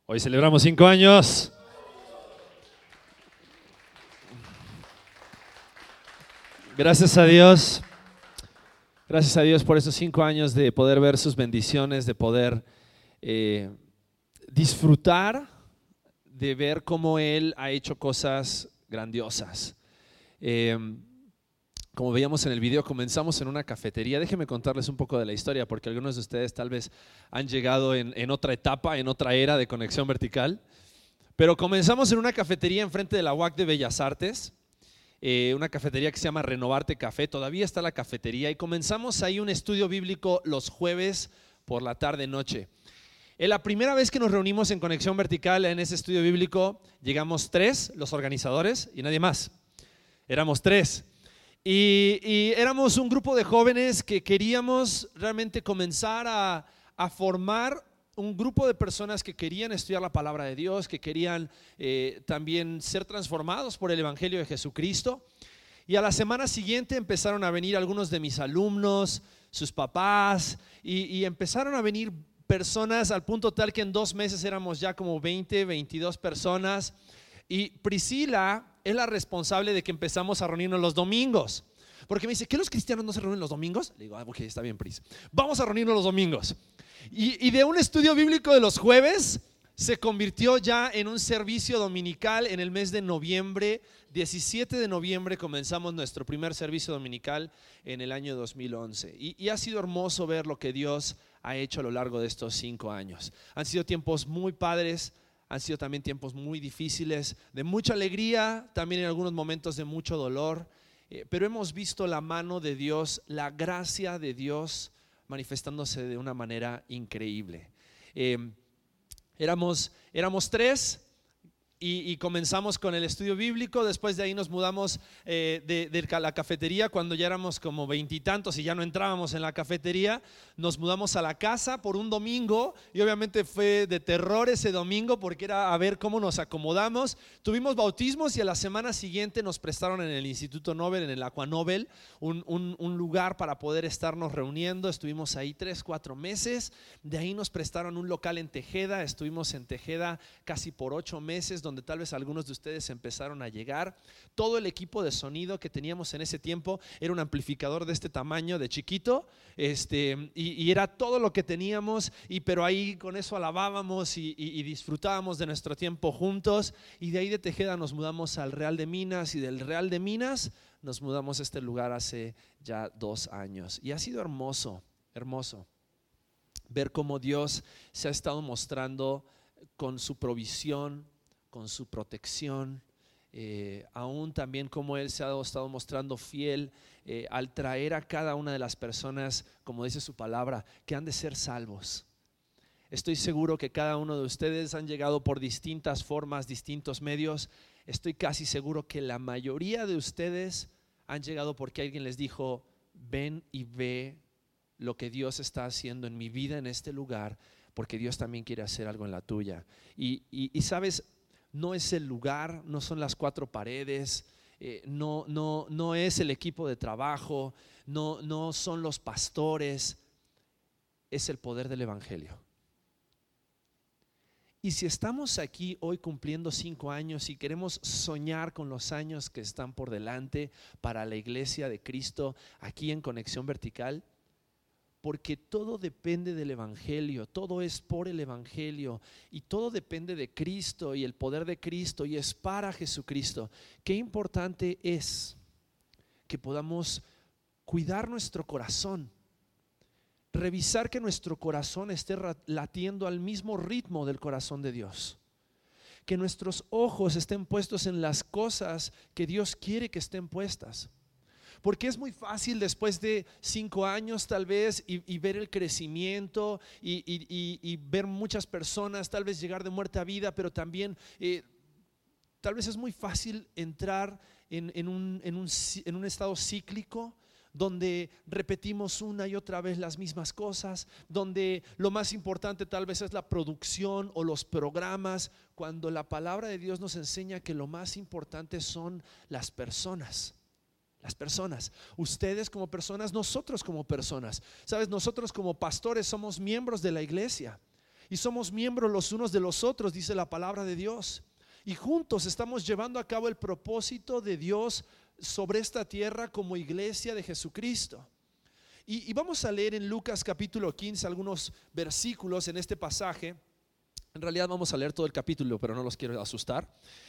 Hoy celebramos 5 años. Gracias a Dios. Gracias a Dios por esos 5 años de poder ver sus bendiciones, de poder disfrutar de ver cómo Él ha hecho cosas grandiosas. Como veíamos en el video, comenzamos en una cafetería. Déjenme contarles un poco de la historia, porque algunos de ustedes tal vez han llegado en otra etapa, en otra era de Conexión Vertical. Pero comenzamos en una cafetería enfrente de la UAC de Bellas Artes, una cafetería que se llama Renovarte Café. Todavía está la cafetería y comenzamos ahí un estudio bíblico los jueves por la tarde-noche. La primera vez que nos reunimos en Conexión Vertical en ese estudio bíblico, llegamos 3, los organizadores, y nadie más. Éramos 3. Y éramos un grupo de jóvenes que queríamos realmente comenzar a formar un grupo de personas que querían estudiar la palabra de Dios, que querían también ser transformados por el Evangelio de Jesucristo. Y a la semana siguiente empezaron a venir algunos de mis alumnos, sus papás, y empezaron a venir personas al punto tal que en 2 meses éramos ya como 20, 22 personas. Y Priscila es la responsable de que empezamos a reunirnos los domingos. Porque me dice, ¿qué los cristianos no se reúnen los domingos? Le digo, ok, está bien, Pris. Vamos a reunirnos los domingos. Y de un estudio bíblico de los jueves se convirtió ya en un servicio dominical en el mes de noviembre. 17 de noviembre comenzamos nuestro primer servicio dominical en el año 2011. Y ha sido hermoso ver lo que Dios ha hecho a lo largo de estos 5 años. Han sido tiempos muy padres. Han sido también tiempos muy difíciles, de mucha alegría, también en algunos momentos de mucho dolor, pero hemos visto la mano de Dios, la gracia de Dios manifestándose de una manera increíble. Éramos 3 y comenzamos con el estudio bíblico. Después de ahí nos mudamos de la cafetería cuando ya éramos como 20 y tantos y ya no entrábamos en la cafetería. Nos mudamos a la casa por un domingo y obviamente fue de terror ese domingo porque era a ver cómo nos acomodamos. Tuvimos bautismos y a la semana siguiente nos prestaron en el Instituto Nobel, en el Aqua Nobel, un lugar para poder estarnos reuniendo. Estuvimos ahí 3-4 meses. De ahí nos prestaron un local en Tejeda. Estuvimos en Tejeda casi por 8 meses, donde tal vez algunos de ustedes empezaron a llegar. Todo el equipo de sonido que teníamos en ese tiempo era un amplificador de este tamaño, de chiquito, y era todo lo que teníamos, pero ahí con eso alabábamos y disfrutábamos de nuestro tiempo juntos. Y de ahí de Tejeda nos mudamos al Real de Minas, y del Real de Minas nos mudamos a este lugar hace ya 2 años. Y ha sido hermoso, hermoso ver cómo Dios se ha estado mostrando con su provisión, con su protección, aún también como Él se ha estado mostrando fiel al traer a cada una de las personas, como dice su palabra, que han de ser salvos. Estoy seguro que cada uno de ustedes han llegado por distintas formas, distintos medios. Estoy casi seguro que la mayoría de ustedes han llegado porque alguien les dijo, ven y ve lo que Dios está haciendo en mi vida, en este lugar, porque Dios también quiere hacer algo en la tuya. Y sabes, no es el lugar, no son las 4 paredes, no es el equipo de trabajo, no son los pastores, es el poder del Evangelio. Y si estamos aquí hoy cumpliendo 5 años y queremos soñar con los años que están por delante para la iglesia de Cristo aquí en Conexión Vertical, porque todo depende del Evangelio, todo es por el Evangelio y todo depende de Cristo y el poder de Cristo y es para Jesucristo. Qué importante es que podamos cuidar nuestro corazón, revisar que nuestro corazón esté latiendo al mismo ritmo del corazón de Dios, que nuestros ojos estén puestos en las cosas que Dios quiere que estén puestas. Porque es muy fácil después de 5 años tal vez y ver el crecimiento y ver muchas personas tal vez llegar de muerte a vida, pero también tal vez es muy fácil entrar en un estado cíclico donde repetimos una y otra vez las mismas cosas, donde lo más importante tal vez es la producción o los programas, cuando la palabra de Dios nos enseña que lo más importante son las personas. Las personas, ustedes como personas, nosotros como personas. Sabes, nosotros como pastores somos miembros de la iglesia y somos miembros los unos de los otros, dice la palabra de Dios. Y juntos estamos llevando a cabo el propósito de Dios sobre esta tierra como iglesia de Jesucristo. Y vamos a leer en Lucas capítulo 15 algunos versículos en este pasaje. En realidad vamos a leer todo el capítulo, pero no los quiero asustar.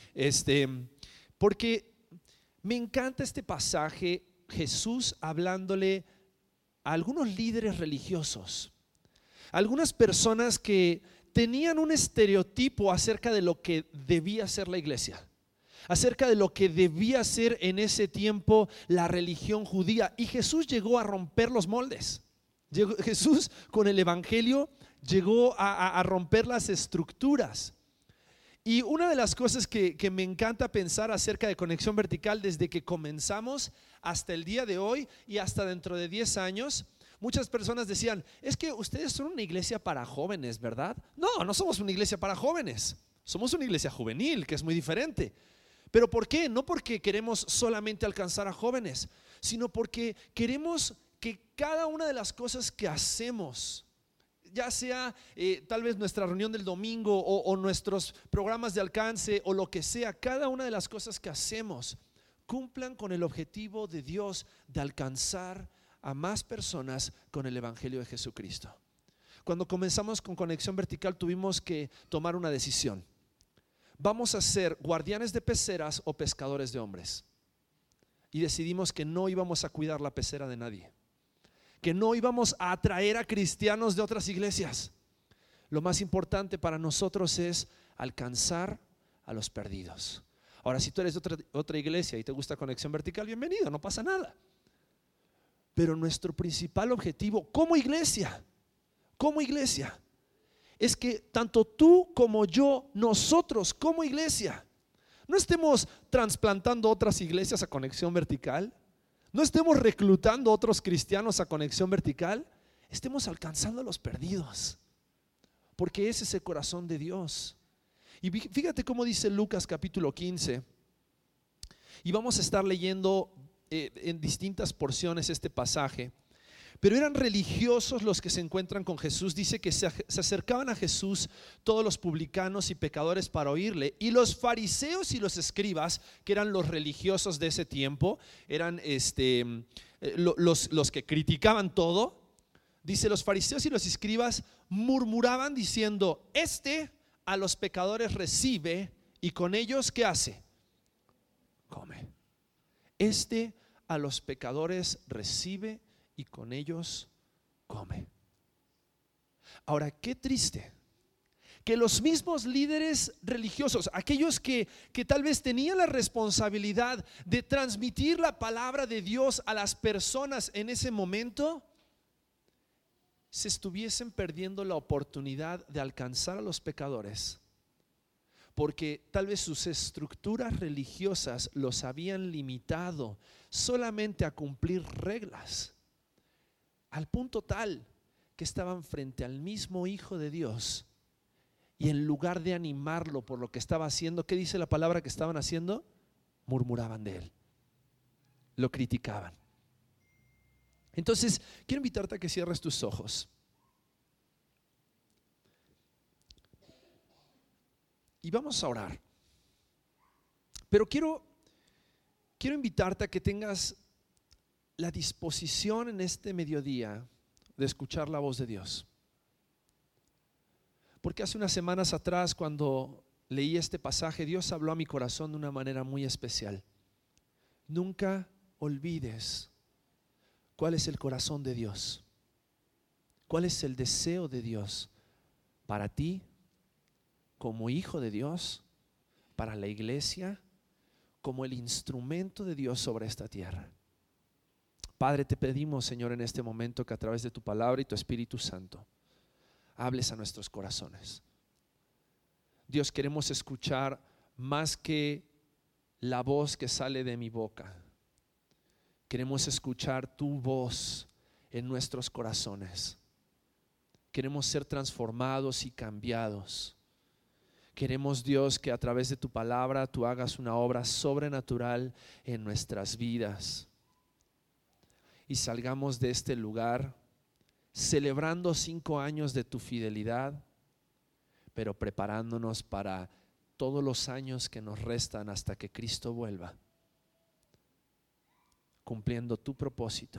Porque me encanta este pasaje, Jesús hablándole a algunos líderes religiosos, algunas personas que tenían un estereotipo acerca de lo que debía ser la iglesia, acerca de lo que debía ser en ese tiempo la religión judía. Y Jesús llegó a romper los moldes. Jesús con el evangelio llegó a romper las estructuras. Y una de las cosas que me encanta pensar acerca de Conexión Vertical desde que comenzamos hasta el día de hoy y hasta dentro de 10 años, muchas personas decían, es que ustedes son una iglesia para jóvenes, ¿verdad? No, no somos una iglesia para jóvenes, somos una iglesia juvenil, que es muy diferente. ¿Pero por qué? No porque queremos solamente alcanzar a jóvenes, sino porque queremos que cada una de las cosas que hacemos, ya sea tal vez nuestra reunión del domingo o nuestros programas de alcance o lo que sea, cada una de las cosas que hacemos cumplan con el objetivo de Dios de alcanzar a más personas con el evangelio de Jesucristo. Cuando comenzamos con Conexión Vertical tuvimos que tomar una decisión. ¿Vamos a ser guardianes de peceras o pescadores de hombres? Y decidimos que no íbamos a cuidar la pecera de nadie, que no íbamos a atraer a cristianos de otras iglesias. Lo más importante para nosotros es alcanzar a los perdidos. Ahora, si tú eres de otra iglesia y te gusta Conexión Vertical, bienvenido, no pasa nada. Pero nuestro principal objetivo como iglesia es que tanto tú como yo, nosotros como iglesia, no estemos trasplantando otras iglesias a Conexión Vertical, no estemos reclutando otros cristianos a Conexión Vertical, estemos alcanzando a los perdidos, porque ese es el corazón de Dios. Y fíjate cómo dice Lucas capítulo 15, y vamos a estar leyendo en distintas porciones este pasaje. Pero eran religiosos los que se encuentran con Jesús. Dice que se acercaban a Jesús todos los publicanos y pecadores para oírle. Y los fariseos y los escribas, que eran los religiosos de ese tiempo, eran los que criticaban todo. Dice, los fariseos y los escribas murmuraban diciendo, a los pecadores recibe y con ellos ¿qué hace? Come. A los pecadores recibe y con ellos come. Ahora, qué triste que los mismos líderes religiosos, aquellos que tal vez tenían la responsabilidad de transmitir la palabra de Dios a las personas en ese momento, se estuviesen perdiendo la oportunidad de alcanzar a los pecadores, porque tal vez sus estructuras religiosas los habían limitado solamente a cumplir reglas, al punto tal que estaban frente al mismo Hijo de Dios y en lugar de animarlo por lo que estaba haciendo, ¿qué dice la palabra que estaban haciendo? Murmuraban de él, lo criticaban. Entonces, quiero invitarte a que cierres tus ojos y vamos a orar. Pero quiero invitarte a que tengas la disposición en este mediodía de escuchar la voz de Dios. Porque hace unas semanas atrás, cuando leí este pasaje, Dios habló a mi corazón de una manera muy especial. Nunca olvides cuál es el corazón de Dios, cuál es el deseo de Dios para ti como hijo de Dios, para la iglesia, como el instrumento de Dios sobre esta tierra. Padre, te pedimos, Señor, en este momento que a través de tu palabra y tu Espíritu Santo hables a nuestros corazones. Dios, queremos escuchar más que la voz que sale de mi boca. Queremos escuchar tu voz en nuestros corazones. Queremos ser transformados y cambiados. Queremos, Dios, que a través de tu palabra tú hagas una obra sobrenatural en nuestras vidas y salgamos de este lugar celebrando 5 años de tu fidelidad, pero preparándonos para todos los años que nos restan hasta que Cristo vuelva, cumpliendo tu propósito,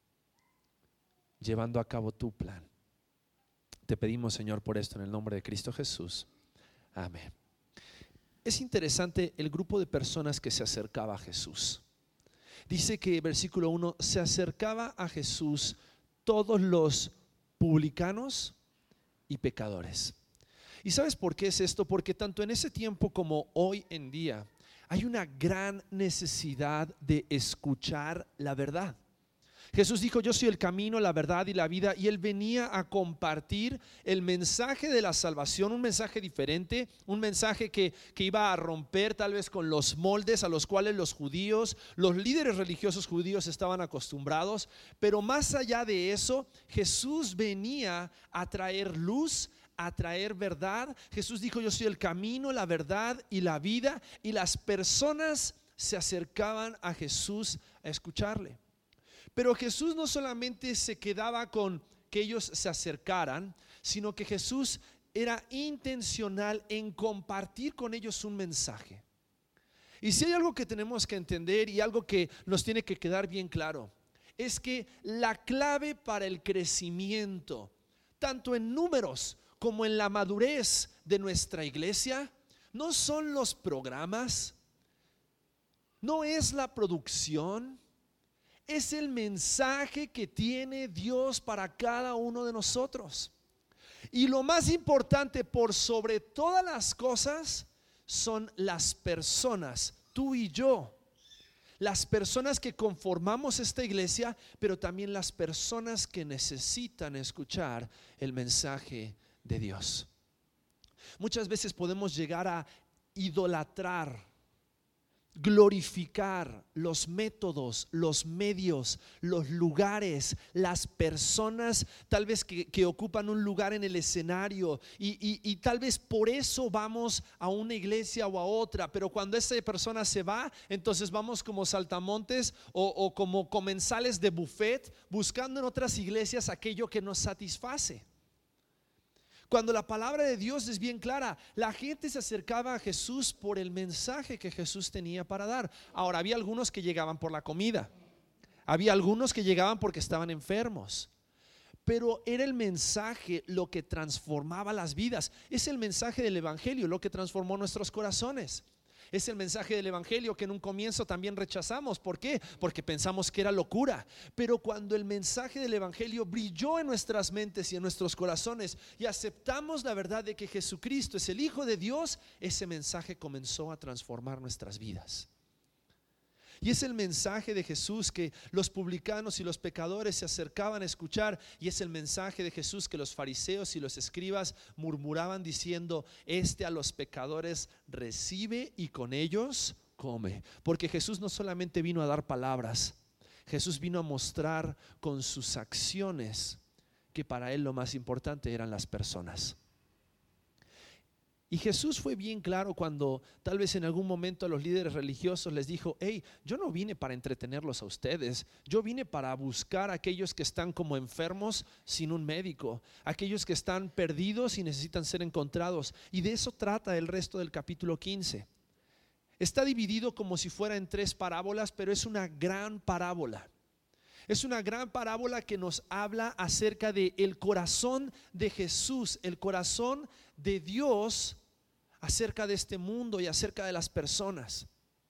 llevando a cabo tu plan. Te pedimos, Señor, por esto en el nombre de Cristo Jesús. Amén. Es interesante el grupo de personas que se acercaba a Jesús. Dice que versículo 1, se acercaba a Jesús todos los publicanos y pecadores. ¿Y sabes por qué es esto? Porque tanto en ese tiempo como hoy en día hay una gran necesidad de escuchar la verdad. Jesús dijo: yo soy el camino, la verdad y la vida, y Él venía a compartir el mensaje de la salvación, un mensaje diferente, un mensaje que iba a romper tal vez con los moldes a los cuales los judíos, los líderes religiosos judíos estaban acostumbrados. Pero más allá de eso, Jesús venía a traer luz, a traer verdad. Jesús dijo: yo soy el camino, la verdad y la vida, y las personas se acercaban a Jesús a escucharle. Pero Jesús no solamente se quedaba con que ellos se acercaran, sino que Jesús era intencional en compartir con ellos un mensaje. Y si hay algo que tenemos que entender y algo que nos tiene que quedar bien claro, es que la clave para el crecimiento, tanto en números como en la madurez de nuestra iglesia, no son los programas, no es la producción, es el mensaje que tiene Dios para cada uno de nosotros. Y lo más importante por sobre todas las cosas son las personas, tú y yo, las personas que conformamos esta iglesia, pero también las personas que necesitan escuchar el mensaje de Dios. Muchas veces podemos llegar a idolatrar, glorificar los métodos, los medios, los lugares, las personas tal vez que ocupan un lugar en el escenario, y tal vez por eso vamos a una iglesia o a otra. Pero cuando esa persona se va, entonces vamos como saltamontes o como comensales de buffet, buscando en otras iglesias aquello que nos satisface. Cuando la palabra de Dios es bien clara, la gente se acercaba a Jesús por el mensaje que Jesús tenía para dar. Ahora, había algunos que llegaban por la comida, había algunos que llegaban porque estaban enfermos, pero era el mensaje lo que transformaba las vidas. Es el mensaje del evangelio lo que transformó nuestros corazones. Es el mensaje del evangelio que en un comienzo también rechazamos. ¿Por qué? Porque pensamos que era locura. Pero cuando el mensaje del evangelio brilló en nuestras mentes y en nuestros corazones, y aceptamos la verdad de que Jesucristo es el Hijo de Dios, ese mensaje comenzó a transformar nuestras vidas. Y es el mensaje de Jesús que los publicanos y los pecadores se acercaban a escuchar, y es el mensaje de Jesús que los fariseos y los escribas murmuraban diciendo: este a los pecadores recibe y con ellos come. Porque Jesús no solamente vino a dar palabras, Jesús vino a mostrar con sus acciones que para Él lo más importante eran las personas. Y Jesús fue bien claro cuando tal vez en algún momento a los líderes religiosos les dijo: hey, yo no vine para entretenerlos a ustedes, yo vine para buscar a aquellos que están como enfermos sin un médico, aquellos que están perdidos y necesitan ser encontrados. Y de eso trata el resto del capítulo 15. Está dividido como si fuera en 3 parábolas, pero es una gran parábola. Es una gran parábola que nos habla acerca de el corazón de Jesús, el corazón de Dios acerca de este mundo y acerca de las personas.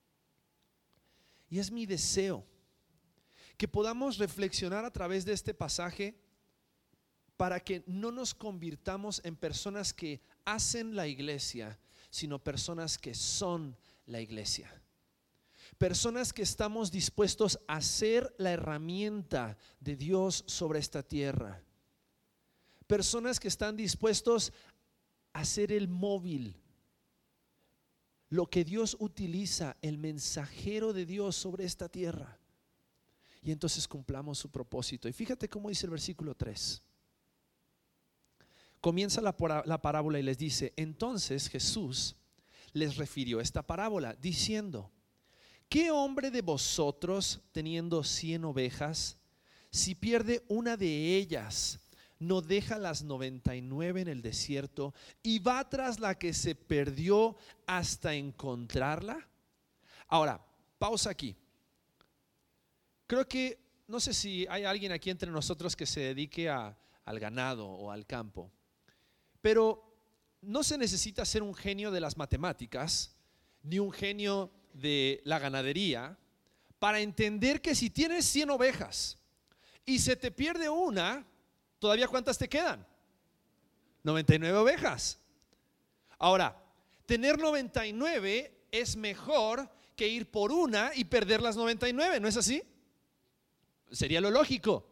Y es mi deseo que podamos reflexionar a través de este pasaje para que no nos convirtamos en personas que hacen la iglesia, sino personas que son la iglesia. Personas que estamos dispuestos a ser la herramienta de Dios sobre esta tierra. Personas que están dispuestos a ser el móvil, lo que Dios utiliza, el mensajero de Dios sobre esta tierra. Y entonces cumplamos su propósito. Y fíjate cómo dice el versículo 3. Comienza la parábola y les dice: entonces Jesús les refirió esta parábola diciendo: ¿qué hombre de vosotros, teniendo 100 ovejas, si pierde una de ellas, no deja las 99 en el desierto y va tras la que se perdió hasta encontrarla? Ahora, pausa aquí. Creo que, no sé si hay alguien aquí entre nosotros que se dedique al ganado o al campo, pero no se necesita ser un genio de las matemáticas ni un genio de la ganadería para entender que si tienes 100 ovejas y se te pierde una, ¿todavía cuántas te quedan? 99 ovejas. Ahora, tener 99 es mejor que ir por una y perder las 99, ¿no es así? Sería lo lógico.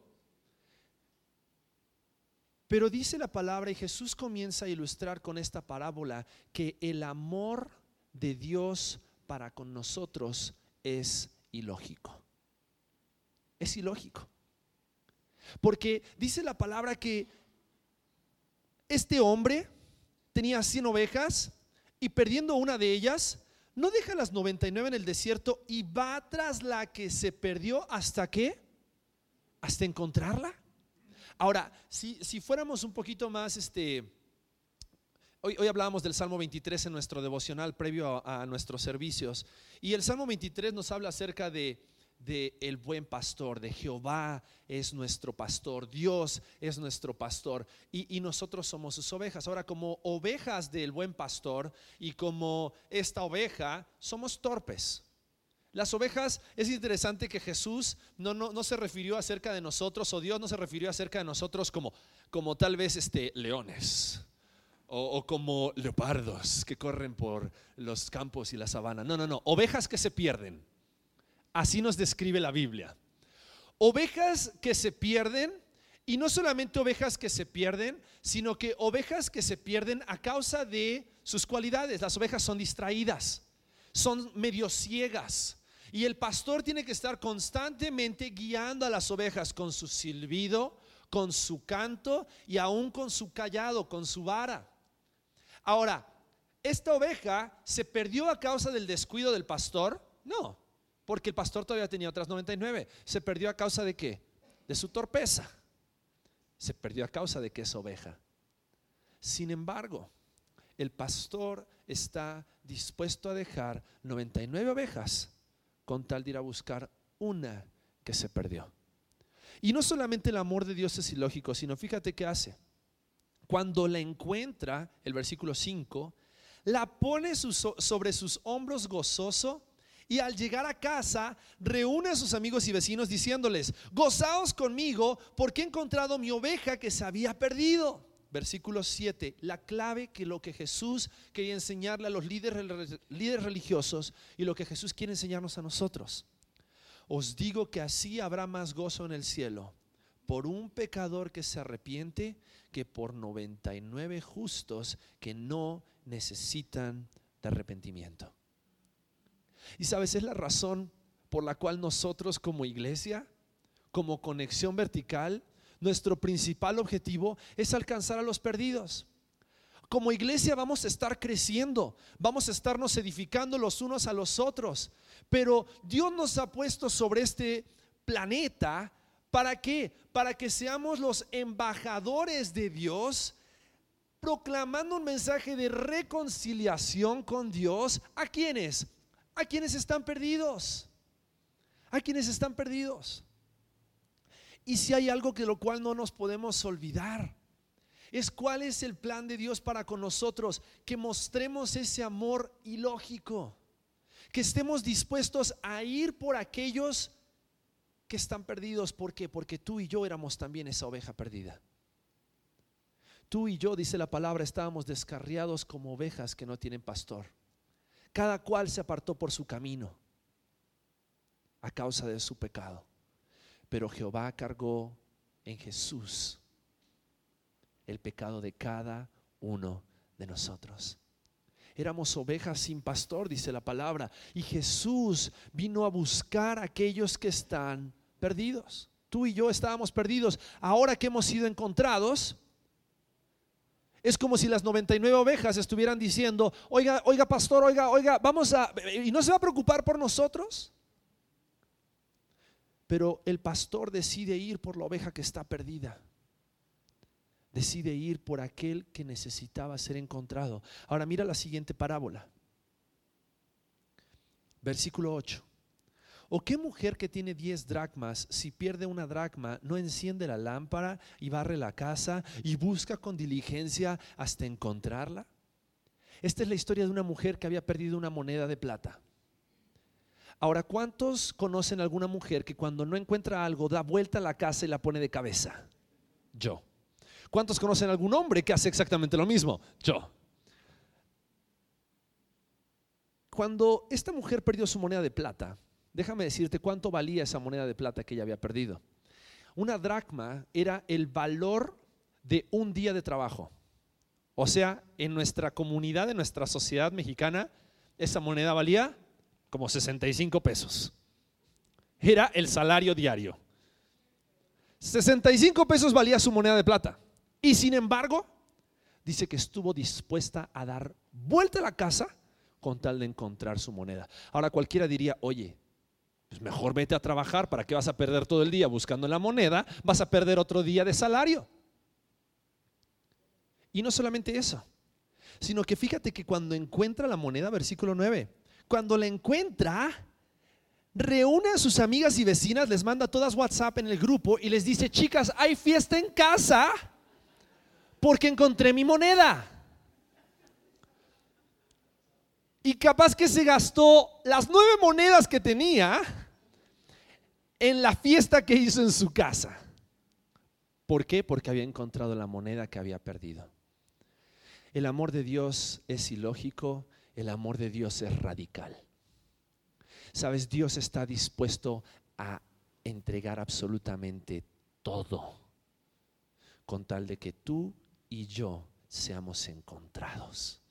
Pero dice la palabra, y Jesús comienza a ilustrar con esta parábola, que el amor de Dios para con nosotros es ilógico. Es ilógico. Porque dice la palabra que este hombre tenía 100 ovejas y perdiendo una de ellas, no deja las 99 en el desierto y va tras la que se perdió hasta ¿qué? Hasta encontrarla. Ahora, si fuéramos un poquito más, hoy hablábamos del Salmo 23 en nuestro devocional previo a nuestros servicios, y el Salmo 23 nos habla acerca de el buen pastor, de Jehová es nuestro pastor, Dios es nuestro pastor, y nosotros somos sus ovejas. Ahora, como ovejas del buen pastor y como esta oveja, somos torpes. Las ovejas, es interesante que Jesús no se refirió acerca de nosotros, o Dios no se refirió acerca de nosotros como tal vez leones o como leopardos que corren por los campos y la sabana. No, ovejas que se pierden. Así nos describe la Biblia. Ovejas que se pierden, y no solamente ovejas que se pierden, sino que ovejas que se pierden a causa de sus cualidades. Las ovejas son distraídas, son medio ciegas, y el pastor tiene que estar constantemente guiando a las ovejas con su silbido, con su canto y aún con su cayado, con su vara. Ahora, ¿esta oveja se perdió a causa del descuido del pastor? No, porque el pastor todavía tenía otras 99. ¿Se perdió a causa de qué? De su torpeza. Se perdió a causa de que es oveja. Sin embargo, el pastor está dispuesto a dejar 99 ovejas con tal de ir a buscar una que se perdió. Y no solamente el amor de Dios es ilógico, sino fíjate qué hace. Cuando la encuentra, el versículo 5, la pone sobre sus hombros gozoso, y al llegar a casa reúne a sus amigos y vecinos diciéndoles: gozaos conmigo porque he encontrado mi oveja que se había perdido. Versículo 7, la clave que lo que Jesús quería enseñarle a los líderes religiosos y lo que Jesús quiere enseñarnos a nosotros. Os digo que así habrá más gozo en el cielo por un pecador que se arrepiente que por 99 justos que no necesitan de arrepentimiento. Y sabes, es la razón por la cual nosotros como iglesia, como Conexión Vertical, nuestro principal objetivo es alcanzar a los perdidos. Como iglesia vamos a estar creciendo, vamos a estarnos edificando los unos a los otros, pero Dios nos ha puesto sobre este planeta, ¿para qué? Para que seamos los embajadores de Dios, proclamando un mensaje de reconciliación con Dios. ¿A quiénes? A quienes están perdidos. A quienes están perdidos. Y si hay algo que lo cual no nos podemos olvidar, es cuál es el plan de Dios para con nosotros, que mostremos ese amor ilógico, que estemos dispuestos a ir por aquellos que están perdidos. ¿Por qué? Porque tú y yo éramos también esa oveja perdida. Tú y yo, dice la palabra, estábamos descarriados como ovejas que no tienen pastor. Cada cual se apartó por su camino a causa de su pecado. Pero Jehová cargó en Jesús el pecado de cada uno de nosotros. Éramos ovejas sin pastor, dice la palabra, y Jesús vino a buscar a aquellos que están perdidos. Tú y yo estábamos perdidos. Ahora que hemos sido encontrados, es como si las 99 ovejas estuvieran diciendo: oiga pastor, oiga, vamos a... ¿Y no se va a preocupar por nosotros? Pero el pastor decide ir por la oveja que está perdida. decide ir por aquel que necesitaba ser encontrado. Ahora mira la siguiente parábola. Versículo 8. ¿O qué mujer que tiene 10 dracmas, si pierde una dracma, no enciende la lámpara y barre la casa y busca con diligencia hasta encontrarla? Esta es la historia de una mujer que había perdido una moneda de plata. Ahora, ¿cuántos conocen a alguna mujer que cuando no encuentra algo da vuelta a la casa y la pone de cabeza? Yo. ¿Cuántos conocen a algún hombre que hace exactamente lo mismo? Yo. Cuando esta mujer perdió su moneda de plata, déjame decirte cuánto valía esa moneda de plata que ella había perdido. Una dracma era el valor de un día de trabajo. O sea, en nuestra comunidad, en nuestra sociedad mexicana, esa moneda valía como 65 pesos. Era el salario diario. 65 pesos valía su moneda de plata. Y sin embargo, dice que estuvo dispuesta a dar vuelta a la casa con tal de encontrar su moneda. Ahora cualquiera diría, oye, pues mejor vete a trabajar, ¿para qué vas a perder todo el día buscando la moneda? Vas a perder otro día de salario. Y no solamente eso, sino que fíjate que cuando encuentra la moneda, versículo 9, cuando la encuentra, reúne a sus amigas y vecinas, les manda todas WhatsApp en el grupo y les dice, chicas, hay fiesta en casa porque encontré mi moneda. Y capaz que se gastó las 9 monedas que tenía en la fiesta que hizo en su casa. ¿Por qué? Porque había encontrado la moneda que había perdido. El amor de Dios es ilógico, el amor de Dios es radical. Sabes, Dios está dispuesto a entregar absolutamente todo con tal de que tú y yo seamos encontrados.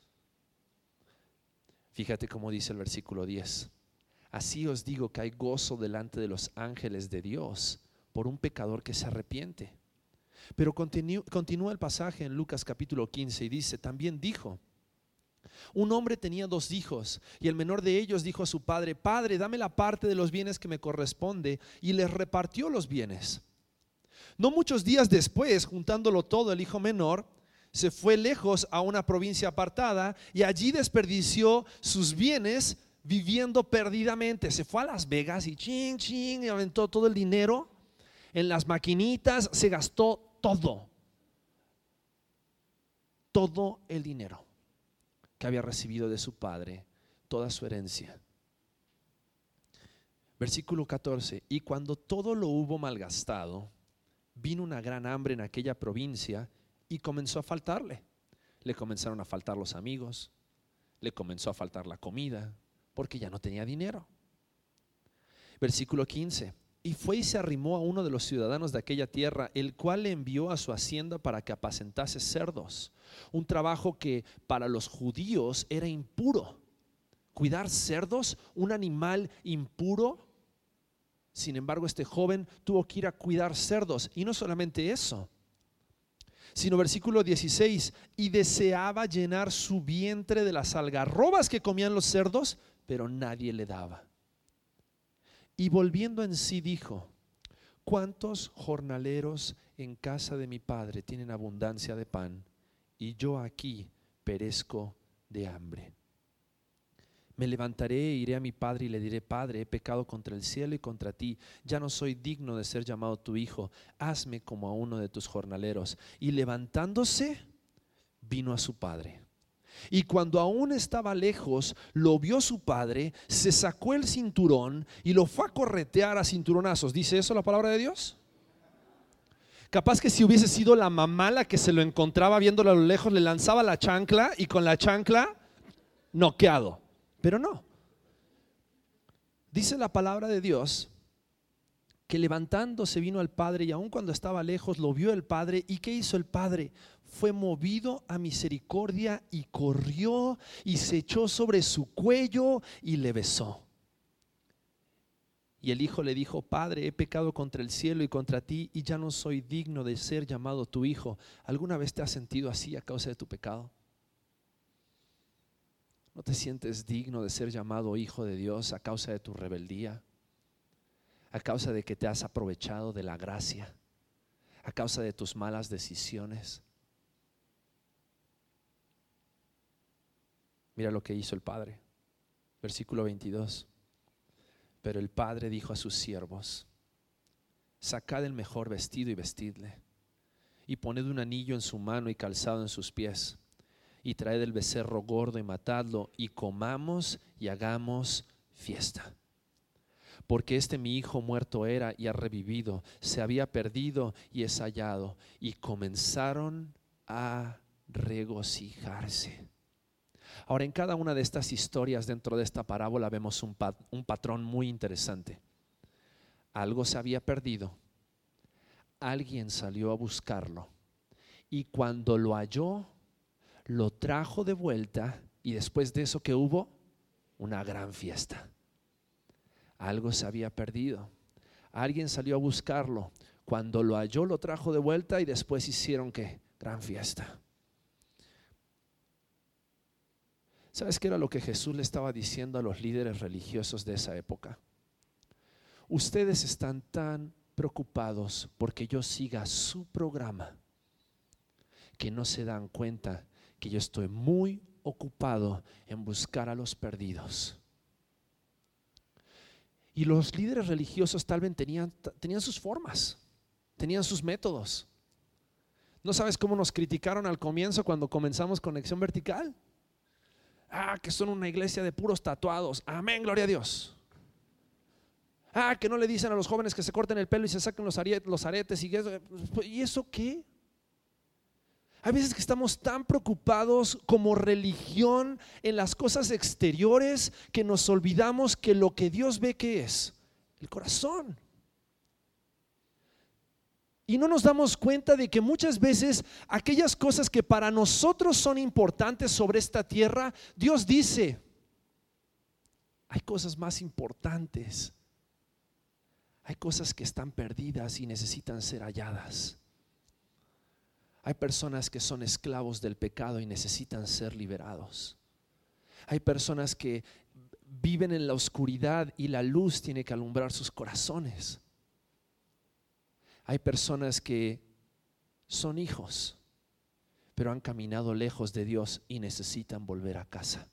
Fíjate cómo dice el versículo 10. Así os digo que hay gozo delante de los ángeles de Dios por un pecador que se arrepiente. Pero continúa el pasaje en Lucas capítulo 15 y dice, también dijo, un hombre tenía 2 hijos y el menor de ellos dijo a su padre, Padre, dame la parte de los bienes que me corresponde, y les repartió los bienes. No muchos días después, juntándolo todo, el hijo menor se fue lejos a una provincia apartada y allí desperdició sus bienes viviendo perdidamente. Se fue a Las Vegas y y aventó todo el dinero en las maquinitas, se gastó todo el dinero que había recibido de su padre, toda su herencia. Versículo 14, y cuando todo lo hubo malgastado, vino una gran hambre en aquella provincia y comenzó a faltarle. Le comenzaron a faltar los amigos, le comenzó a faltar la comida, porque ya no tenía dinero. Versículo 15, y fue y se arrimó a uno de los ciudadanos de aquella tierra, el cual le envió a su hacienda para que apacentase cerdos, un trabajo que para los judíos era impuro. Cuidar cerdos, un animal impuro. Sin embargo, este joven tuvo que ir a cuidar cerdos, y no solamente eso, sino versículo 16, y deseaba llenar su vientre de las algarrobas que comían los cerdos, pero nadie le daba. Y volviendo en sí dijo, ¿cuántos jornaleros en casa de mi padre tienen abundancia de pan, y yo aquí perezco de hambre? Me levantaré e iré a mi padre y le diré, Padre, he pecado contra el cielo y contra ti, ya no soy digno de ser llamado tu hijo, hazme como a uno de tus jornaleros. Y levantándose, vino a su padre. Y cuando aún estaba lejos, lo vio su padre, se sacó el cinturón y lo fue a corretear a cinturonazos. ¿Dice eso la palabra de Dios? Capaz que si hubiese sido la mamá la que se lo encontraba viéndolo a lo lejos, le lanzaba la chancla y con la chancla noqueado. Pero no. Dice la palabra de Dios que levantándose vino al padre, y aun cuando estaba lejos lo vio el padre. ¿Y qué hizo el padre? Fue movido a misericordia y corrió y se echó sobre su cuello y le besó. Y el hijo le dijo, Padre, he pecado contra el cielo y contra ti, y ya no soy digno de ser llamado tu hijo. ¿Alguna vez te has sentido así a causa de tu pecado? ¿No te sientes digno de ser llamado hijo de Dios a causa de tu rebeldía? A causa de que te has aprovechado de la gracia, a causa de tus malas decisiones. Mira lo que hizo el padre. Versículo 22. Pero el padre dijo a sus siervos: sacad el mejor vestido y vestidle, y poned un anillo en su mano y calzado en sus pies, y traed el becerro gordo y matadlo, y comamos y hagamos fiesta. Porque mi hijo muerto era y ha revivido, se había perdido y es hallado. Y comenzaron a regocijarse. Ahora, en cada una de estas historias dentro de esta parábola vemos un patrón muy interesante. Algo se había perdido, alguien salió a buscarlo, y cuando lo halló, lo trajo de vuelta, y después de eso, ¿qué hubo? Una gran fiesta. Algo se había perdido, alguien salió a buscarlo, cuando lo halló, lo trajo de vuelta, y después hicieron ¿qué? Gran fiesta. ¿Sabes qué era lo que Jesús le estaba diciendo a los líderes religiosos de esa época? Ustedes están tan preocupados porque yo siga su programa que no se dan cuenta que yo estoy muy ocupado en buscar a los perdidos. Y los líderes religiosos tal vez tenían sus formas, tenían sus métodos. ¿No sabes cómo nos criticaron al comienzo cuando comenzamos Conexión Vertical? Que son una iglesia de puros tatuados. Amén, gloria a Dios. Que no le dicen a los jóvenes que se corten el pelo y se saquen los aretes. ¿Y eso qué? Hay veces que estamos tan preocupados como religión en las cosas exteriores que nos olvidamos que lo que Dios ve, ¿qué es? El corazón. Y no nos damos cuenta de que muchas veces aquellas cosas que para nosotros son importantes sobre esta tierra, Dios dice, hay cosas más importantes. Hay cosas que están perdidas y necesitan ser halladas. Hay personas que son esclavos del pecado y necesitan ser liberados. Hay personas que viven en la oscuridad y la luz tiene que alumbrar sus corazones. Hay personas que son hijos, pero han caminado lejos de Dios y necesitan volver a casa.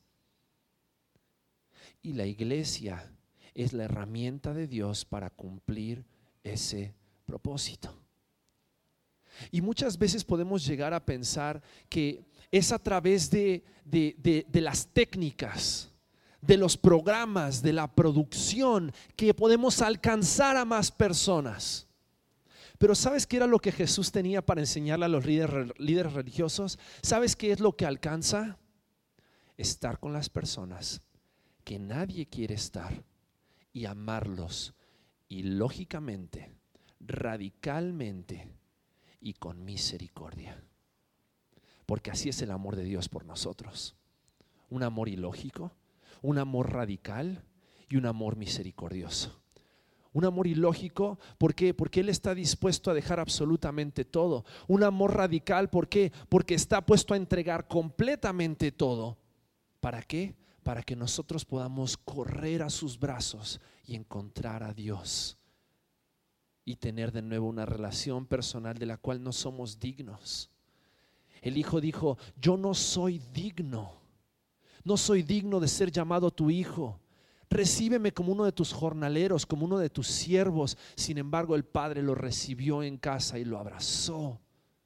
Y la iglesia es la herramienta de Dios para cumplir ese propósito. Y muchas veces podemos llegar a pensar que es a través de las técnicas, de los programas, de la producción que podemos alcanzar a más personas. Pero ¿sabes qué era lo que Jesús tenía para enseñarle a los líderes religiosos? ¿Sabes qué es lo que alcanza? Estar con las personas que nadie quiere estar y amarlos, y lógicamente, radicalmente y con misericordia. Porque así es el amor de Dios por nosotros. Un amor ilógico, un amor radical y un amor misericordioso. Un amor ilógico, ¿por qué? Porque Él está dispuesto a dejar absolutamente todo. Un amor radical, ¿por qué? Porque está puesto a entregar completamente todo. ¿Para qué? Para que nosotros podamos correr a sus brazos y encontrar a Dios y tener de nuevo una relación personal de la cual no somos dignos. El Hijo dijo, yo no soy digno de ser llamado tu hijo. Recíbeme como uno de tus jornaleros, como uno de tus siervos. Sin embargo, el Padre lo recibió en casa y lo abrazó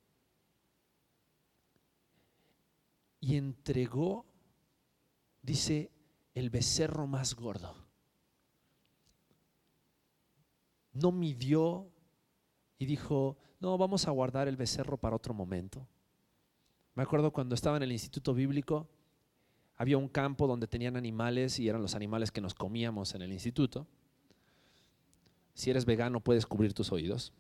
y entregó, dice, el becerro más gordo. No midió y dijo, no, vamos a guardar el becerro para otro momento. Me acuerdo cuando estaba en el instituto bíblico, había un campo donde tenían animales y eran los animales que nos comíamos en el instituto. Si eres vegano puedes cubrir tus oídos.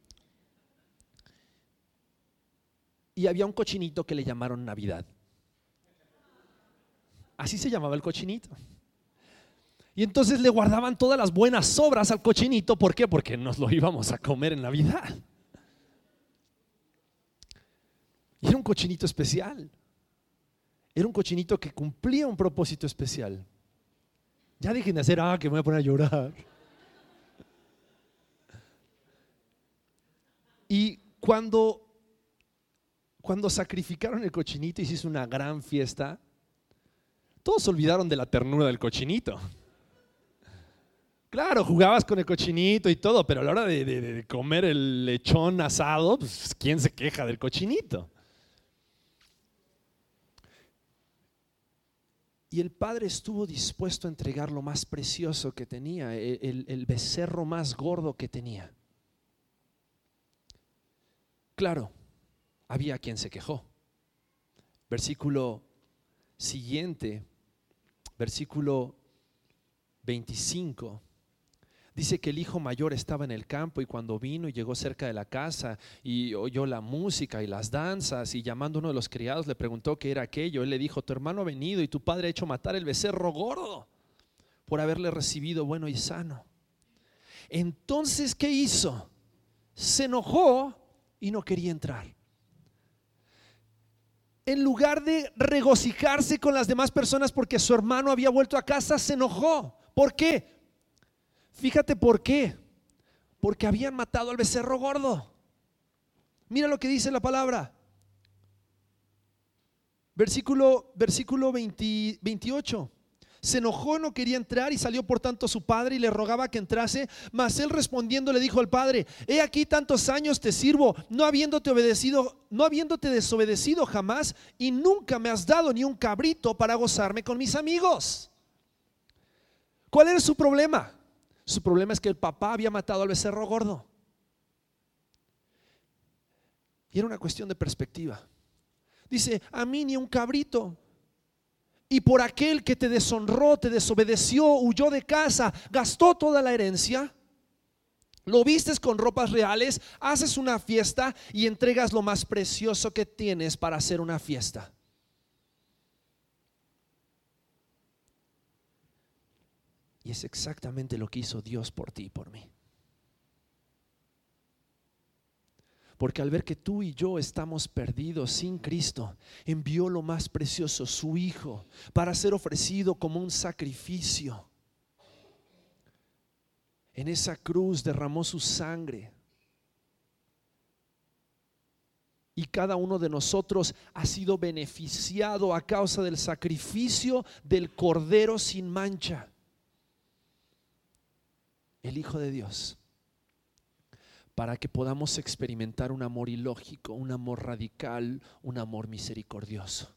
Y había un cochinito que le llamaron Navidad. Así se llamaba el cochinito. Y entonces le guardaban todas las buenas sobras al cochinito. ¿Por qué? Porque nos lo íbamos a comer en Navidad. Y era un cochinito especial. Era un cochinito que cumplía un propósito especial. Ya dejen de hacer, que me voy a poner a llorar. Y cuando sacrificaron el cochinito y se hizo una gran fiesta, Todos olvidaron de la ternura del cochinito. Claro, jugabas con el cochinito y todo, pero a la hora de comer el lechón asado, pues, ¿quién se queja del cochinito? Y el padre estuvo dispuesto a entregar lo más precioso que tenía, el becerro más gordo que tenía. Claro, había quien se quejó. Versículo siguiente, versículo 25. Dice que el hijo mayor estaba en el campo y cuando vino y llegó cerca de la casa y oyó la música y las danzas y llamando a uno de los criados le preguntó qué era aquello. Él le dijo: tu hermano ha venido y tu padre ha hecho matar el becerro gordo por haberle recibido bueno y sano. Entonces, ¿qué hizo? Se enojó y no quería entrar. En lugar de regocijarse con las demás personas porque su hermano había vuelto a casa, se enojó. ¿Por qué? Fíjate por qué. Porque habían matado al becerro gordo. Mira lo que dice la palabra. Versículo 28. Se enojó, no quería entrar y salió por tanto su padre y le rogaba que entrase. Mas él respondiendo le dijo al padre: he aquí tantos años te sirvo, no habiéndote desobedecido jamás, y nunca me has dado ni un cabrito para gozarme con mis amigos. ¿Cuál era su problema? Su problema es que el papá había matado al becerro gordo. Y era una cuestión de perspectiva. Dice: a mí ni un cabrito. Y por aquel que te deshonró, te desobedeció, huyó de casa, gastó toda la herencia, lo vistes con ropas reales, haces una fiesta y entregas lo más precioso que tienes para hacer una fiesta. Y es exactamente lo que hizo Dios por ti y por mí. Porque al ver que tú y yo estamos perdidos sin Cristo, envió lo más precioso, su Hijo, para ser ofrecido como un sacrificio. En esa cruz derramó su sangre. Y cada uno de nosotros ha sido beneficiado a causa del sacrificio del Cordero sin mancha, el Hijo de Dios, para que podamos experimentar un amor ilógico, un amor radical, un amor misericordioso.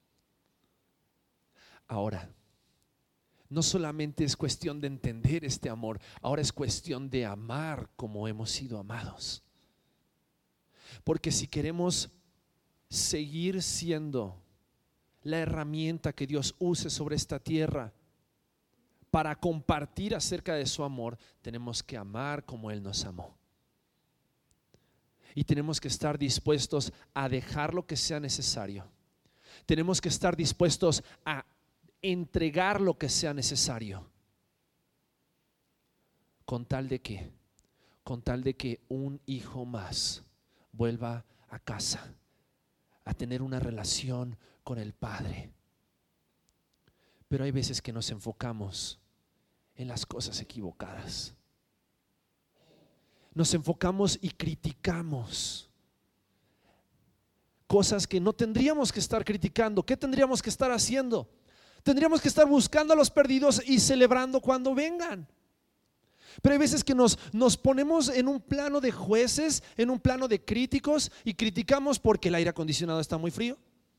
Ahora, no solamente es cuestión de entender este amor, ahora es cuestión de amar como hemos sido amados. Porque si queremos seguir siendo la herramienta que Dios use sobre esta tierra para compartir acerca de su amor, tenemos que amar como Él nos amó. Y tenemos que estar dispuestos a dejar lo que sea necesario. Tenemos que estar dispuestos a entregar lo que sea necesario. ¿Con tal de qué? Con tal de que un hijo más vuelva a casa, a tener una relación con el Padre. Pero hay veces que nos enfocamos en las cosas equivocadas. Nos enfocamos y criticamos cosas que no tendríamos que estar criticando. ¿Qué tendríamos que estar haciendo? Tendríamos que estar buscando a los perdidos y celebrando cuando vengan. Pero hay veces que nos ponemos en un plano de jueces, en un plano de críticos, y criticamos porque el aire acondicionado está muy frío,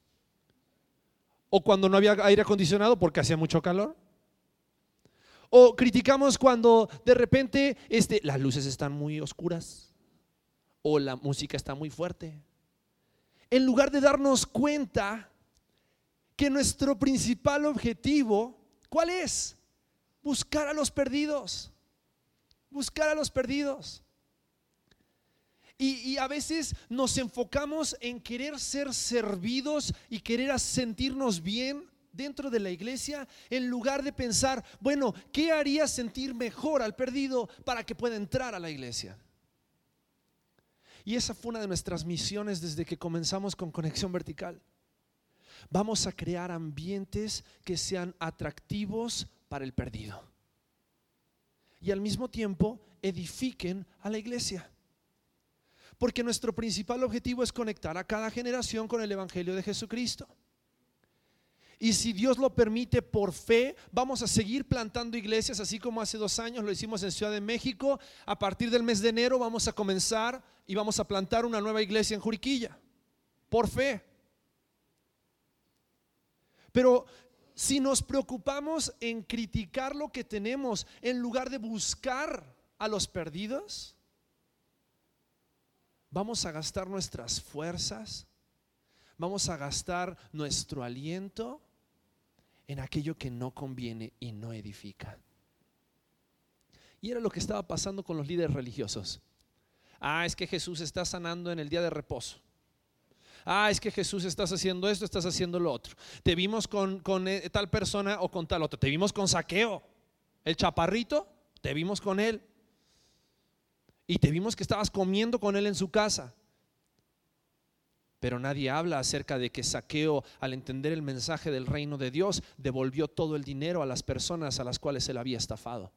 o cuando no había aire acondicionado porque hacía mucho calor. O criticamos cuando de repente las luces están muy oscuras o la música está muy fuerte. En lugar de darnos cuenta que nuestro principal objetivo, ¿cuál es? Buscar a los perdidos. Buscar a los perdidos. Y a veces nos enfocamos en querer ser servidos y querer sentirnos bien dentro de la iglesia, en lugar de pensar, bueno, ¿qué haría sentir mejor al perdido para que pueda entrar a la iglesia? Y esa fue una de nuestras misiones desde que comenzamos con Conexión Vertical. Vamos a crear ambientes que sean atractivos para el perdido y al mismo tiempo edifiquen a la iglesia. Porque nuestro principal objetivo es conectar a cada generación con el Evangelio de Jesucristo. Y si Dios lo permite, por fe, vamos a seguir plantando iglesias, así como hace 2 años lo hicimos en Ciudad de México. A partir del mes de enero vamos a comenzar y vamos a plantar una nueva iglesia en Juriquilla, por fe. Pero si nos preocupamos en criticar lo que tenemos en lugar de buscar a los perdidos, vamos a gastar nuestras fuerzas, vamos a gastar nuestro aliento en aquello que no conviene y no edifica. Y era lo que estaba pasando con los líderes religiosos. Es que Jesús está sanando en el día de reposo. Es que Jesús, estás haciendo esto, estás haciendo lo otro. Te vimos con tal persona o con tal otro. Te vimos con Zaqueo, el chaparrito, te vimos con él. Y te vimos que estabas comiendo con él en su casa. Pero nadie habla acerca de que Zaqueo, al entender el mensaje del reino de Dios, devolvió todo el dinero a las personas a las cuales él había estafado.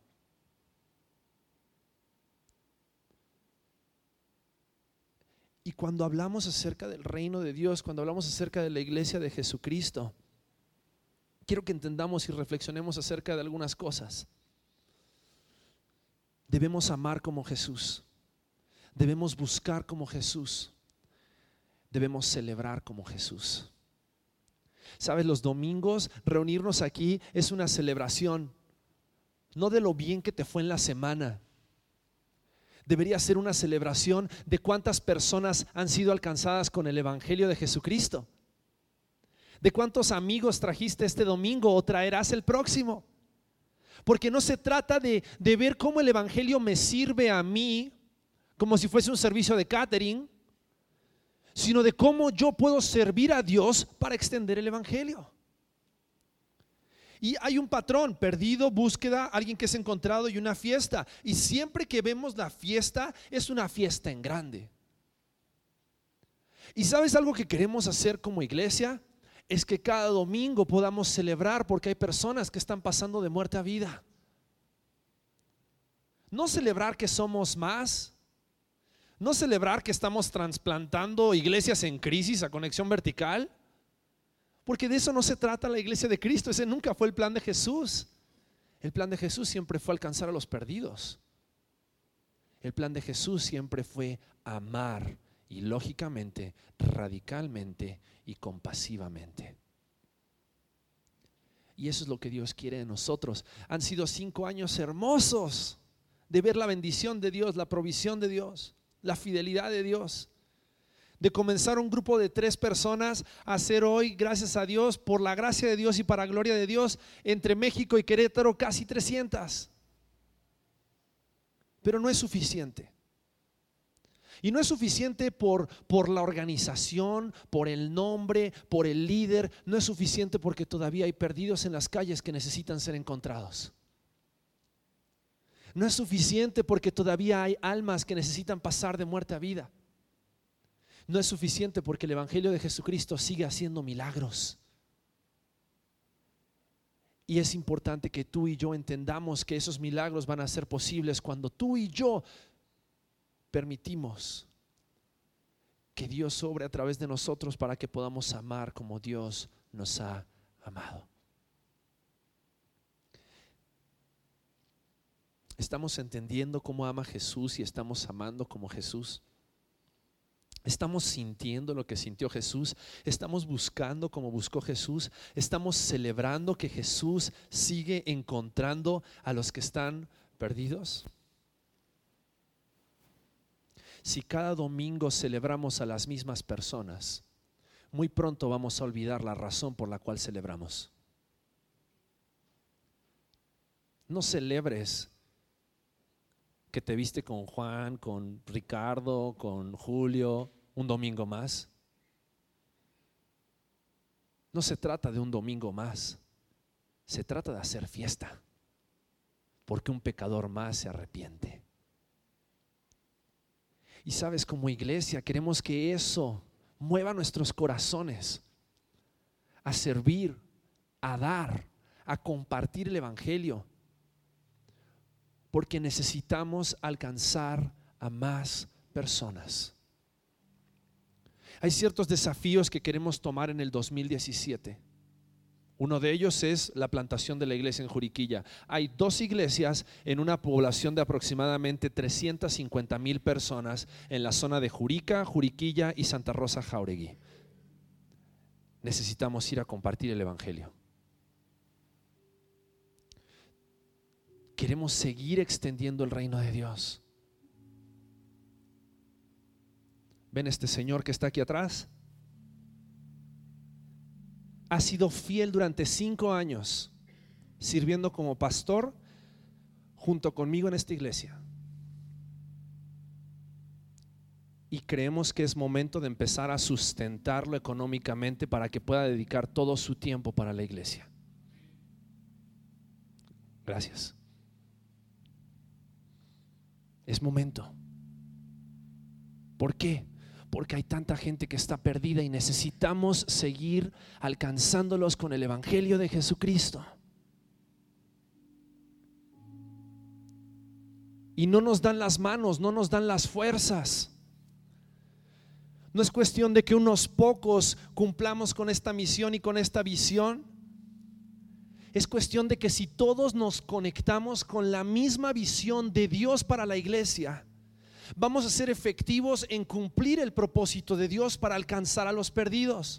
Y cuando hablamos acerca del reino de Dios, cuando hablamos acerca de la iglesia de Jesucristo, quiero que entendamos y reflexionemos acerca de algunas cosas. Debemos amar como Jesús, debemos buscar como Jesús, debemos celebrar como Jesús. Sabes, los domingos reunirnos aquí es una celebración, no de lo bien que te fue en la semana. Debería ser una celebración de cuántas personas han sido alcanzadas con el evangelio de Jesucristo, de cuántos amigos trajiste este domingo o traerás el próximo. Porque no se trata de ver cómo el evangelio me sirve a mí como si fuese un servicio de catering, sino de cómo yo puedo servir a Dios para extender el evangelio. Y hay un patrón: perdido, búsqueda, alguien que es encontrado y una fiesta. Y siempre que vemos la fiesta, es una fiesta en grande. ¿Y sabes algo que queremos hacer como iglesia? Es que cada domingo podamos celebrar, porque hay personas que están pasando de muerte a vida. No celebrar que somos más, no celebrar que estamos trasplantando iglesias en crisis a Conexión Vertical, porque de eso no se trata la iglesia de Cristo. Ese nunca fue el plan de Jesús. El plan de Jesús siempre fue alcanzar a los perdidos. El plan de Jesús siempre fue amar, y lógicamente, radicalmente y compasivamente. Y eso es lo que Dios quiere de nosotros. Han sido 5 años hermosos de ver la bendición de Dios, la provisión de Dios, la fidelidad de Dios. De comenzar un grupo de 3 personas a hacer hoy, gracias a Dios, por la gracia de Dios y para gloria de Dios, entre México y Querétaro casi 300. Pero no es suficiente. Y no es suficiente por la organización, por el nombre, por el líder. No es suficiente porque todavía hay perdidos en las calles que necesitan ser encontrados. No es suficiente porque todavía hay almas que necesitan pasar de muerte a vida. No es suficiente porque el evangelio de Jesucristo sigue haciendo milagros. Y es importante que tú y yo entendamos que esos milagros van a ser posibles cuando tú y yo permitimos que Dios obre a través de nosotros para que podamos amar como Dios nos ha amado. ¿Estamos entendiendo cómo ama Jesús y estamos amando como Jesús? ¿Estamos sintiendo lo que sintió Jesús? ¿Estamos buscando como buscó Jesús? ¿Estamos celebrando que Jesús sigue encontrando a los que están perdidos? Si cada domingo celebramos a las mismas personas, muy pronto vamos a olvidar la razón por la cual celebramos. No celebres que te viste con Juan, con Ricardo, con Julio un domingo más. No se trata de un domingo más, se trata de hacer fiesta, porque un pecador más se arrepiente. Y sabes, como iglesia queremos que eso mueva nuestros corazones a servir, a dar, a compartir el evangelio, porque necesitamos alcanzar a más personas. Hay ciertos desafíos que queremos tomar en el 2017. Uno de ellos es la plantación de la iglesia en Juriquilla. Hay 2 iglesias en una población de aproximadamente 350,000 personas en la zona de Jurica, Juriquilla y Santa Rosa Jáuregui. Necesitamos ir a compartir el evangelio. Queremos seguir extendiendo el reino de Dios. ¿Ven este señor que está aquí atrás? Ha sido fiel durante 5 años sirviendo como pastor junto conmigo en esta iglesia. Y creemos que es momento de empezar a sustentarlo económicamente para que pueda dedicar todo su tiempo para la iglesia. Gracias. Es momento. ¿Por qué? Porque hay tanta gente que está perdida y necesitamos seguir alcanzándolos con el evangelio de Jesucristo. Y no nos dan las manos, no nos dan las fuerzas. No es cuestión de que unos pocos cumplamos con esta misión y con esta visión. Es cuestión de que si todos nos conectamos con la misma visión de Dios para la iglesia, vamos a ser efectivos en cumplir el propósito de Dios para alcanzar a los perdidos.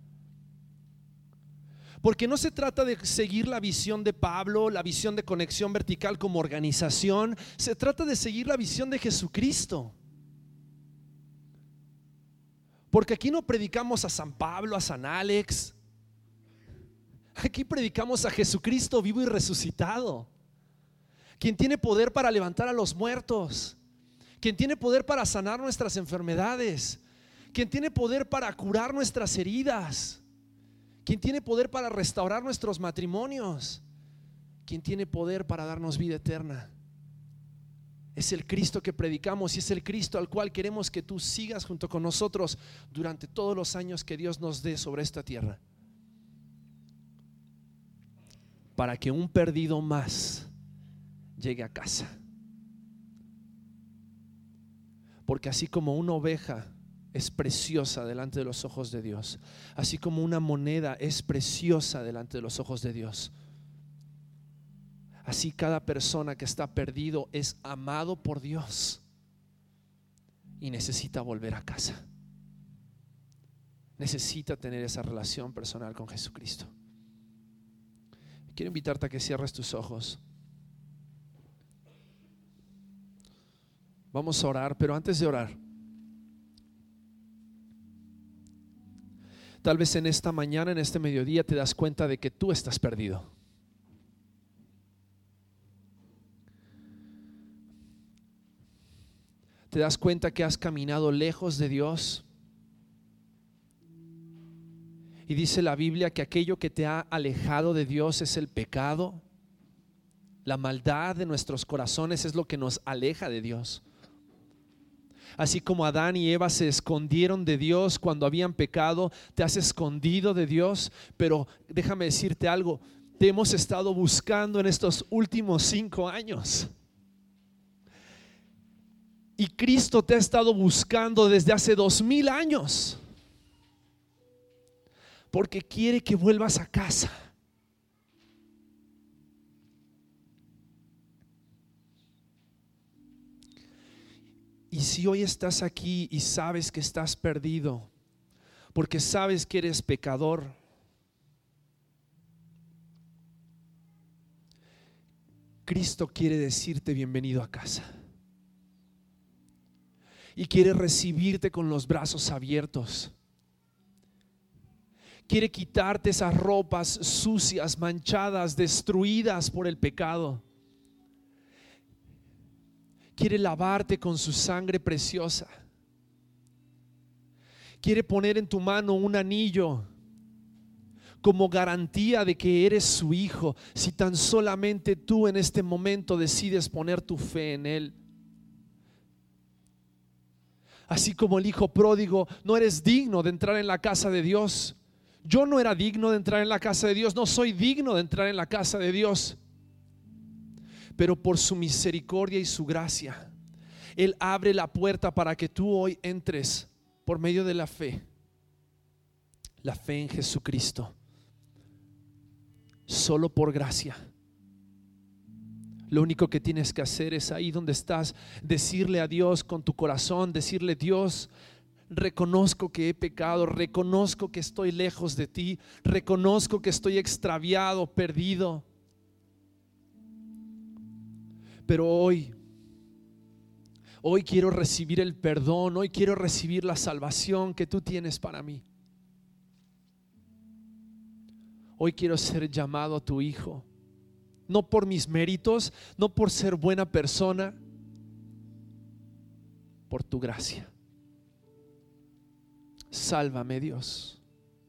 Porque no se trata de seguir la visión de Pablo, la visión de Conexión Vertical como organización. Se trata de seguir la visión de Jesucristo. Porque aquí no predicamos a San Pablo, a San Alex. Aquí predicamos a Jesucristo vivo y resucitado, quien tiene poder para levantar a los muertos, quien tiene poder para sanar nuestras enfermedades, quien tiene poder para curar nuestras heridas, quien tiene poder para restaurar nuestros matrimonios, quien tiene poder para darnos vida eterna. Es el Cristo que predicamos y es el Cristo al cual queremos que tú sigas junto con nosotros durante todos los años que Dios nos dé sobre esta tierra, para que un perdido más llegue a casa. Porque así como una oveja es preciosa delante de los ojos de Dios, así como una moneda es preciosa delante de los ojos de Dios, así cada persona que está perdido es amado por Dios y necesita volver a casa. Necesita tener esa relación personal con Jesucristo. Quiero invitarte a que cierres tus ojos. Vamos a orar, pero antes de orar, tal vez en esta mañana, en este mediodía, te das cuenta de que tú estás perdido. Te das cuenta que has caminado lejos de Dios. Y dice la Biblia que aquello que te ha alejado de Dios es el pecado. La maldad de nuestros corazones es lo que nos aleja de Dios. Así como Adán y Eva se escondieron de Dios cuando habían pecado, te has escondido de Dios. Pero déjame decirte algo, te hemos estado buscando en estos últimos 5 años. Y Cristo te ha estado buscando desde hace 2000 años. Porque quiere que vuelvas a casa. Y si hoy estás aquí y sabes que estás perdido, porque sabes que eres pecador, Cristo quiere decirte bienvenido a casa. Y quiere recibirte con los brazos abiertos. Quiere quitarte esas ropas sucias, manchadas, destruidas por el pecado. Quiere lavarte con su sangre preciosa. Quiere poner en tu mano un anillo como garantía de que eres su hijo, si tan solamente tú en este momento decides poner tu fe en Él. Así como el hijo pródigo, no eres digno de entrar en la casa de Dios. Yo no era digno de entrar en la casa de Dios, no soy digno de entrar en la casa de Dios. Pero por su misericordia y su gracia, Él abre la puerta para que tú hoy entres por medio de la fe en Jesucristo. solo por gracia. Lo único que tienes que hacer es ahí donde estás, decirle a Dios con tu corazón, decirle: Dios, reconozco que he pecado, reconozco que estoy lejos de ti, reconozco que estoy extraviado, perdido. Pero hoy quiero recibir el perdón, hoy quiero recibir la salvación que tú tienes para mí. Hoy quiero ser llamado tu hijo, no por mis méritos, no por ser buena persona, por tu gracia. Sálvame, Dios.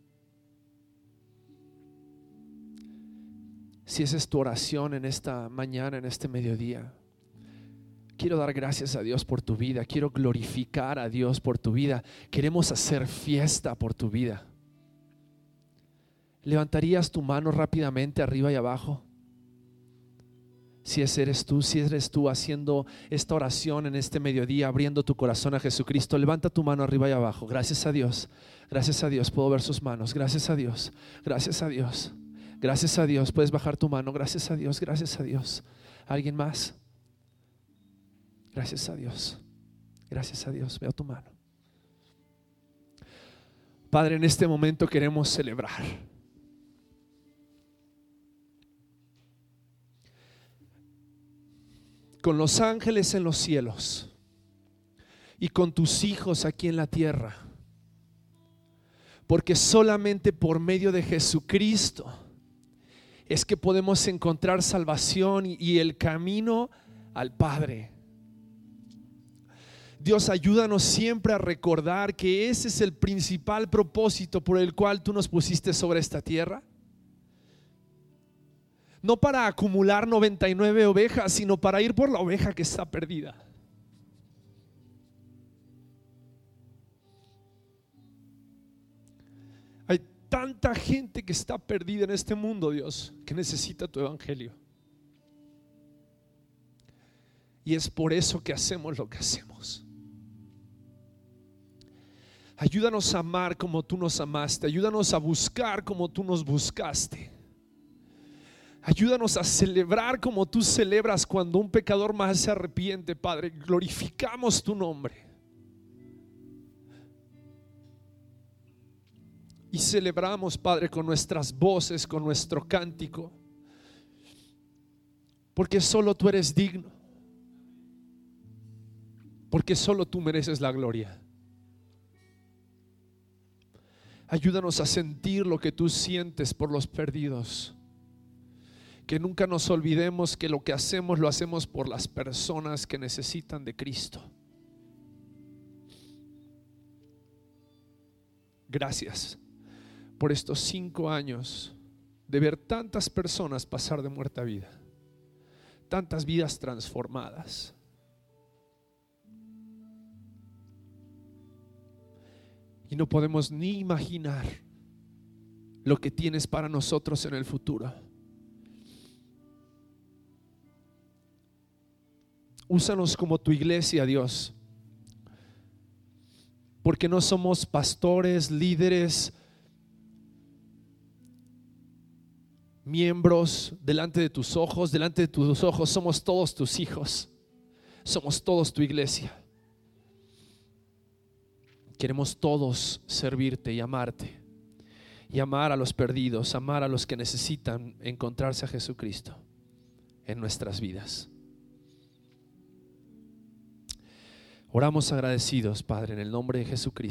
Si esa es tu oración en esta mañana, en este mediodía, quiero dar gracias a Dios por tu vida, quiero glorificar a Dios por tu vida, queremos hacer fiesta por tu vida. ¿Levantarías tu mano rápidamente arriba y abajo? Si eres tú haciendo esta oración en este mediodía, abriendo tu corazón a Jesucristo, levanta tu mano arriba y abajo. Gracias a Dios, puedo ver sus manos. Gracias a Dios, gracias a Dios, gracias a Dios. Puedes bajar tu mano. Gracias a Dios, gracias a Dios. ¿Alguien más? Gracias a Dios, gracias a Dios. Veo tu mano. Padre, en este momento queremos celebrar. Con los ángeles en los cielos y con tus hijos aquí en la tierra, porque solamente por medio de Jesucristo es que podemos encontrar salvación y el camino al Padre. Dios, ayúdanos siempre a recordar que ese es el principal propósito por el cual tú nos pusiste sobre esta tierra. No para acumular 99 ovejas, sino para ir por la oveja que está perdida. Hay tanta gente que está perdida en este mundo, Dios, que necesita tu evangelio. Y es por eso que hacemos lo que hacemos. Ayúdanos a amar como tú nos amaste. Ayúdanos a buscar como tú nos buscaste. Ayúdanos a celebrar como tú celebras cuando un pecador más se arrepiente, Padre. Glorificamos tu nombre. Y celebramos, Padre, con nuestras voces, con nuestro cántico. Porque solo tú eres digno. Porque solo tú mereces la gloria. Ayúdanos a sentir lo que tú sientes por los perdidos. Que nunca nos olvidemos que lo que hacemos lo hacemos por las personas que necesitan de Cristo. Gracias por estos 5 años de ver tantas personas pasar de muerte a vida, tantas vidas transformadas. Y no podemos ni imaginar lo que tienes para nosotros en el futuro. Úsanos como tu iglesia, Dios, porque no somos pastores, líderes, miembros delante de tus ojos. Delante de tus ojos somos todos tus hijos, somos todos tu iglesia. Queremos todos servirte y amarte, y amar a los perdidos, amar a los que necesitan encontrarse a Jesucristo en nuestras vidas. Oramos agradecidos, Padre, en el nombre de Jesucristo.